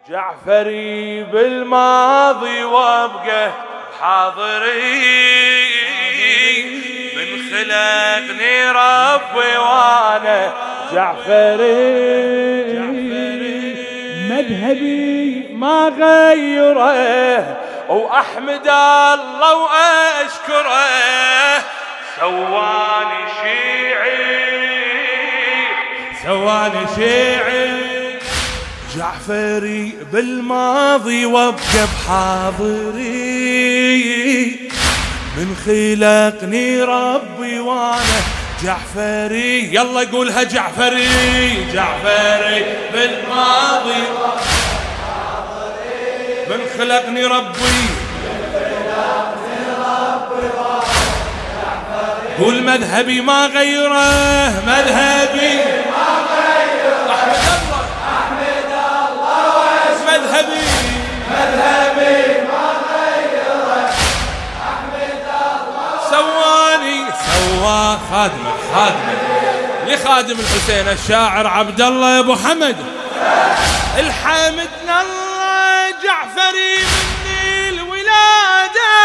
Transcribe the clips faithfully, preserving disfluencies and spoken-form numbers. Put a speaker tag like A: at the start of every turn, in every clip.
A: جعفري بالماضي وابقى حاضري، من خلقني ربي وانا جعفري.
B: مذهبي ما غيره
A: واحمد الله واشكره، سواني شيعي
B: سواني شيعي.
A: جعفري بالماضي وابقى بحاضري، من خلقني ربي وانا جعفري. يلا قولها جعفري. جعفري بالماضي من خلقني ربي، قول مذهبي ما غيره، مذهبي ما غيره. احمد الله احمد الله مذهبي مذهبي ما غيره، احمد الله سواني سوا خادمك خادمك لخادم الحسين الشاعر عبد الله ابو حمد. الحمدنا الله جعفري من الولاده،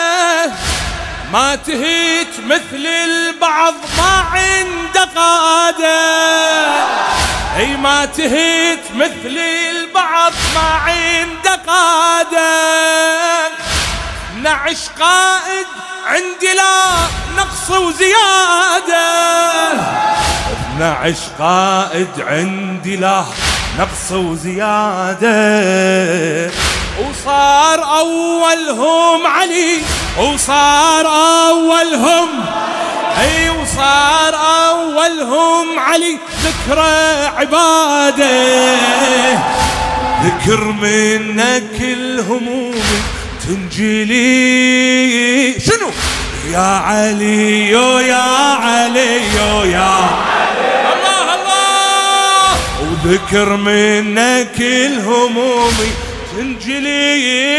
A: ما تهيت مثل البعض ما عنده قاده. اي ما تهيت مثل البعض ما عنده قاده. نعش قائد عندي لا نقص وزياده، نعش قائد عندي لا نقص وزياده. وصار أولهم علي، وصار أولهم أي وصار أولهم علي، ذكرى عبادة. ذكر منك الهموم تنجلي. شنو يا علي يا علي يا الله الله، وذكر منك الهموم تنجلي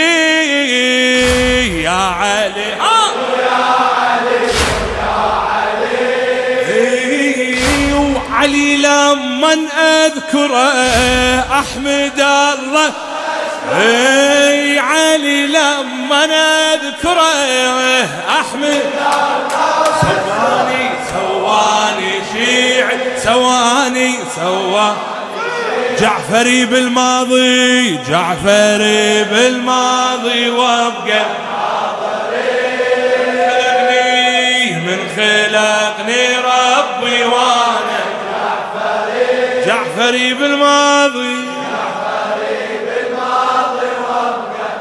A: يا علي. ها يا علي يا علي. وعلي لما اذكره احمد الله، اي علي لما اذكره احمد الله. سواني سواني شيعي سواني سوا جعفري بالماضي، جعفري بالماضي وابقى حاضري، من خلقني ربي وانا جعفري. جعفري بالماضي جعفري بالماضي وابقى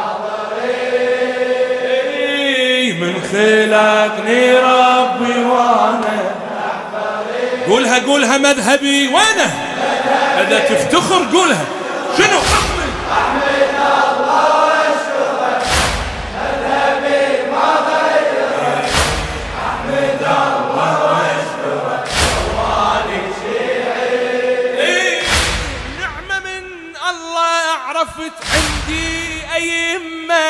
A: حاضري، من خلقني ربي وانا جعفري. قولها قولها مذهبي وانا إذا تفتخر قولها. شنو أحمد أحمد الله واشكره، مذهبي ما غيره، أحمد الله واشكره، سواني شيعي. نعمة من الله عرفت عندي أيمة،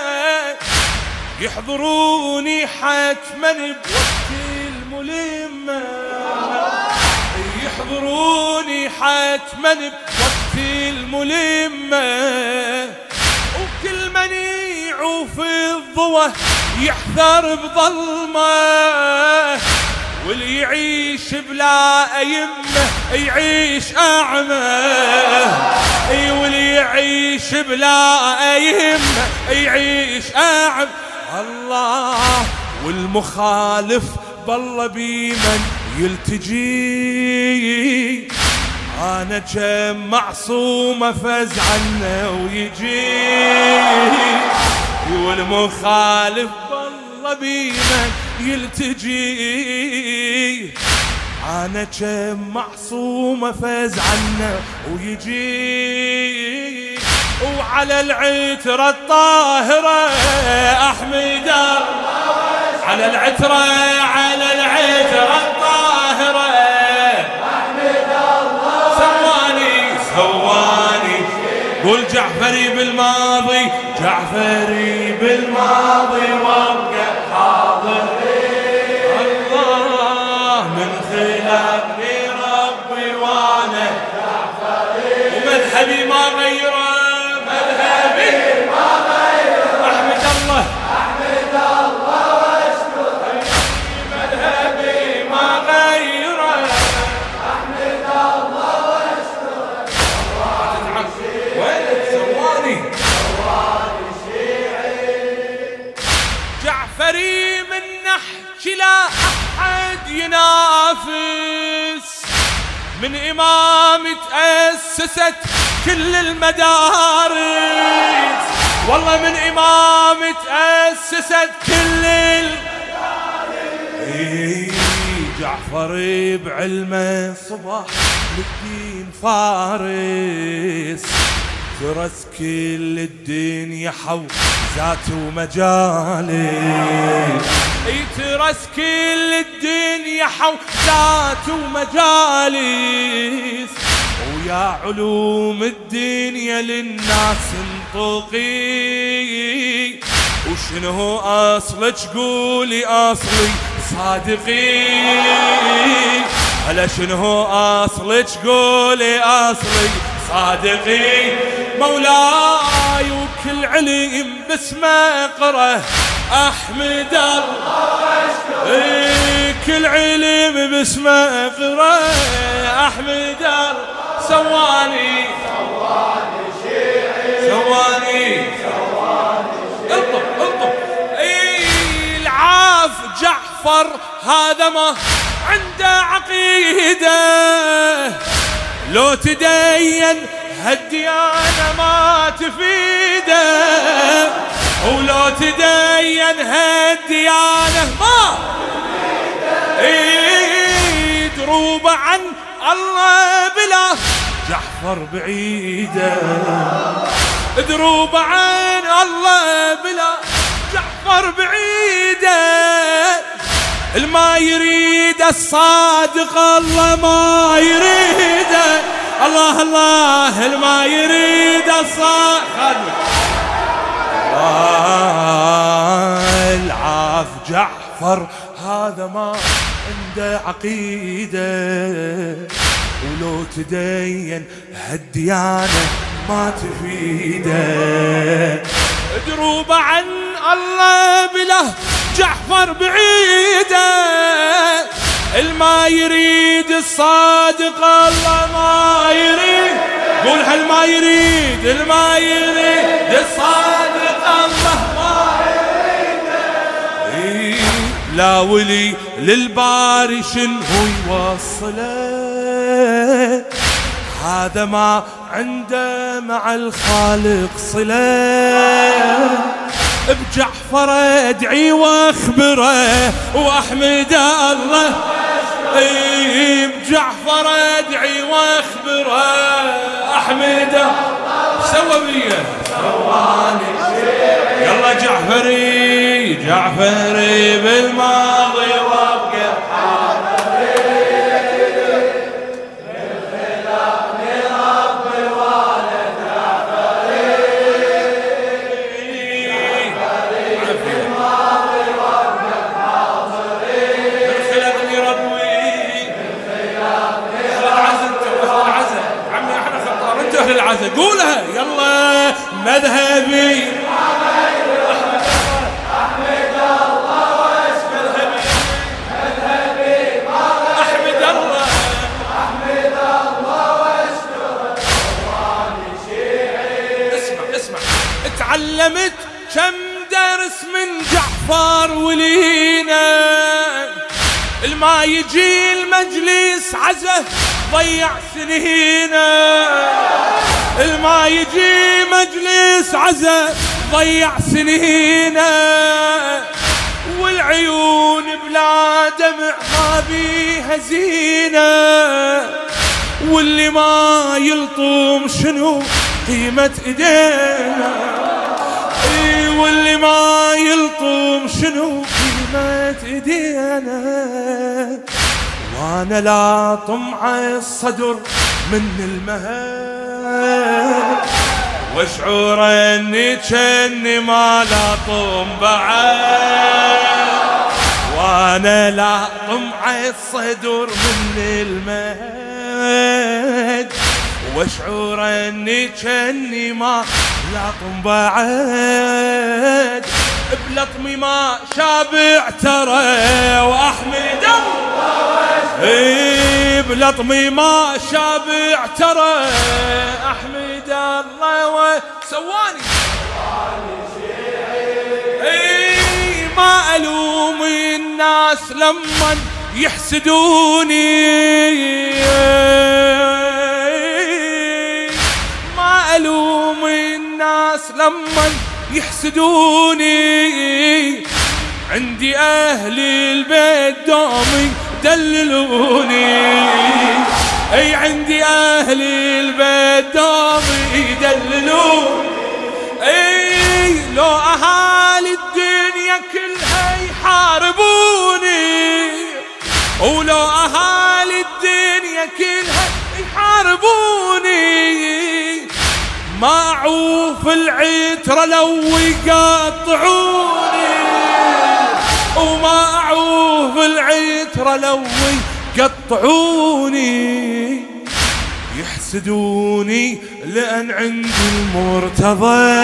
A: يحضروني حتما بوقت الملمة، يحضروني حتما بوقت الملمة. وكل من يعوف الضوى يحذر بظلمه، واللي يعيش بلا أيمة يعيش أعمى. اي واللي يعيش بلا أيمة يعيش أعمى. الله والمخالف بالله بيمن يلتجي، أنا كم معصومة فز عنه ويجي. والمخالف بالله بيمن يلتجي، أنا كم معصومة فز عنه ويجي. وعلى العترة الطاهرة أحمد الله، على العترة على العترة الطاهرة أحمد الله. سواني سواني قول جعفري بالماضي، جعفري بالماضي وابقى حاضري. الله من خلقني ربي وانا جعفري، ومذهبي ما غيره. اللي من نحكي لا أحد ينافس، من إمام تأسست كل المدارس، والله من إمام تأسست كل المدارس. جعفر بعلمه صبح للدين فارس، ترس كل الدنيا حوزات ومجالس، ترس كل الدنيا حوزات ومجالس، ويا علوم الدنيا للناس انطقي، وشنو اصلك قولي اصلي صادقي، هلا شنو اصلك قولي اصلي صادقي، مولاي وكل علم باسمه اقرأ احمد الله واشكره، كل علم باسمه اقرأ احمد الله، سواني سواني شيعي سواني سواني اطب اطب العاف جعفر هذا ما عنده عقيده، لو تدين هالديانة ما تفيده، ولو تدين هالديانة ما تفيده، دروب عن الله بلا جعفر بعيده، دروب عن الله بلا جعفر بعيده، الما يريد الصادق الله ما يريده، الله الله الما يريد الصادق، العاف جعفر هذا ما عنده عقيده، ولو تدين هالديانة ما تفيده، دروب عن الله بلا جعفر بعيده، الما يريد الصادق الله ما يريد، قول هل ما يريد الما يريد الصادق الله ما يريد، لا ولي للباري شنو يوصله، هذا ما عنده مع الخالق صله، بجعفر ادعي واخبره واحمد الله، اي بجعفر ادعي واخبره احمد الله، سوى بيه سواني يلا جعفري جعفري بالماضي وابقى حاضري، بالخلاف لرب الوالد جعفري، جعفري بالماضي وابقى حاضري، بالخلاف لربي، بالخلاف لرب العزا، عمي احنا خطار انت اهل العزا، قولها يلا مذهبي علمت كم درس من جعفر ولينا، الما يجي المجلس عزه ضيع سنينا، الما يجي مجلس عزه ضيع سنينا، والعيون بلا دمع ما بيها زينه، واللي ما يلطم شنو قيمة ايدينا، واللي ما يلطم شنو قيمة ايدينا، وانا لا طمع الصدر من المهد، واشعر اني جني ما لا طم بعد، وانا لا طمع الصدر من المهد، واشعر اني جني ما لطم بعد، بلطمي ما شابع ترى واحمد الله، بلطمي ما شابع ترى احمد الله، وسواني ما ألوم الناس لما يحسدوني، ما ألوم الناس لما يحسدوني، عندي أهل البيت دوم يدللوني، أي عندي أهل البيت دوم يدللوني، أي لو أهالي الدنيا كلها يحاربوني، ولو أهالي الدنيا كلها يحاربوني، ما أعوف العترة لو يقطعوني، وما أعوف العترة لو يقطعوني، يحسدوني لأن عندي المرتضى،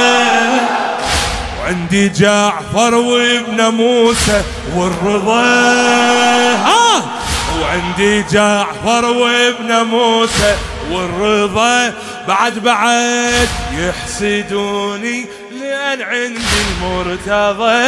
A: وعندي جعفر وابن موسى والرضا، ها وعندي جعفر وابن موسى والرضا، بعد بعد يحسدوني لأن عندي المرتضى،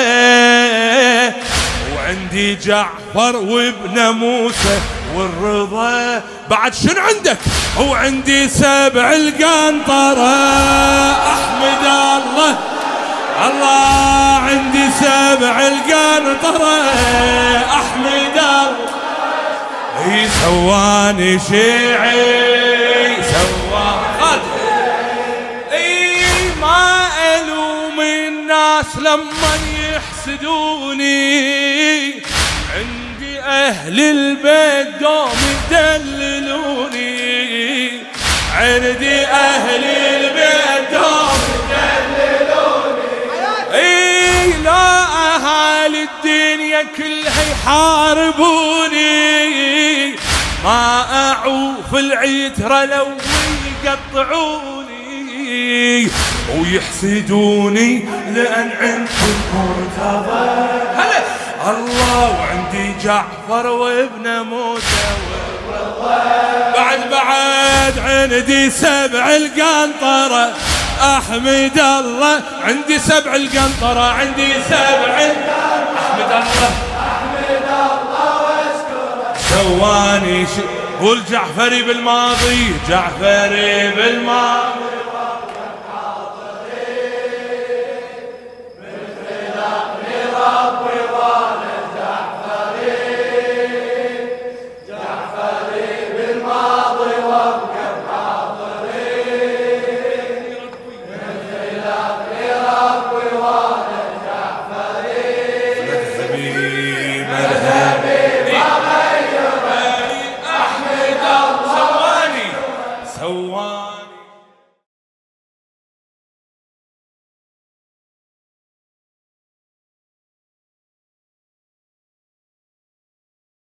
A: وعندي جعفر وابن موسى والرضا، بعد شنو عندك؟ وعندي سبع القنطرة، أحمد الله الله، عندي سبع القنطرة، أحمد الله، هي سواني شيعي سواني، اي ما ألوم الناس لما يحسدوني، عندي أهل البيت دوم يدللوني، عندي أهل البيت دوم يدللوني، اي لا أهالي الدنيا كلها يحاربوني، ما أعوف العترة لو يقطعوني، ويحسدوني لأن عندي المرتضى، هلا الله، وعندي جعفر وابن موسى والرضا، بعد بعد عندي سبع القنطرة، أحمد الله، عندي سبع القنطرة، عندي سبع، أحمد الله أحمد الله واشكره، سواني ش... قول جعفري بالماضي، جعفري بالماضي،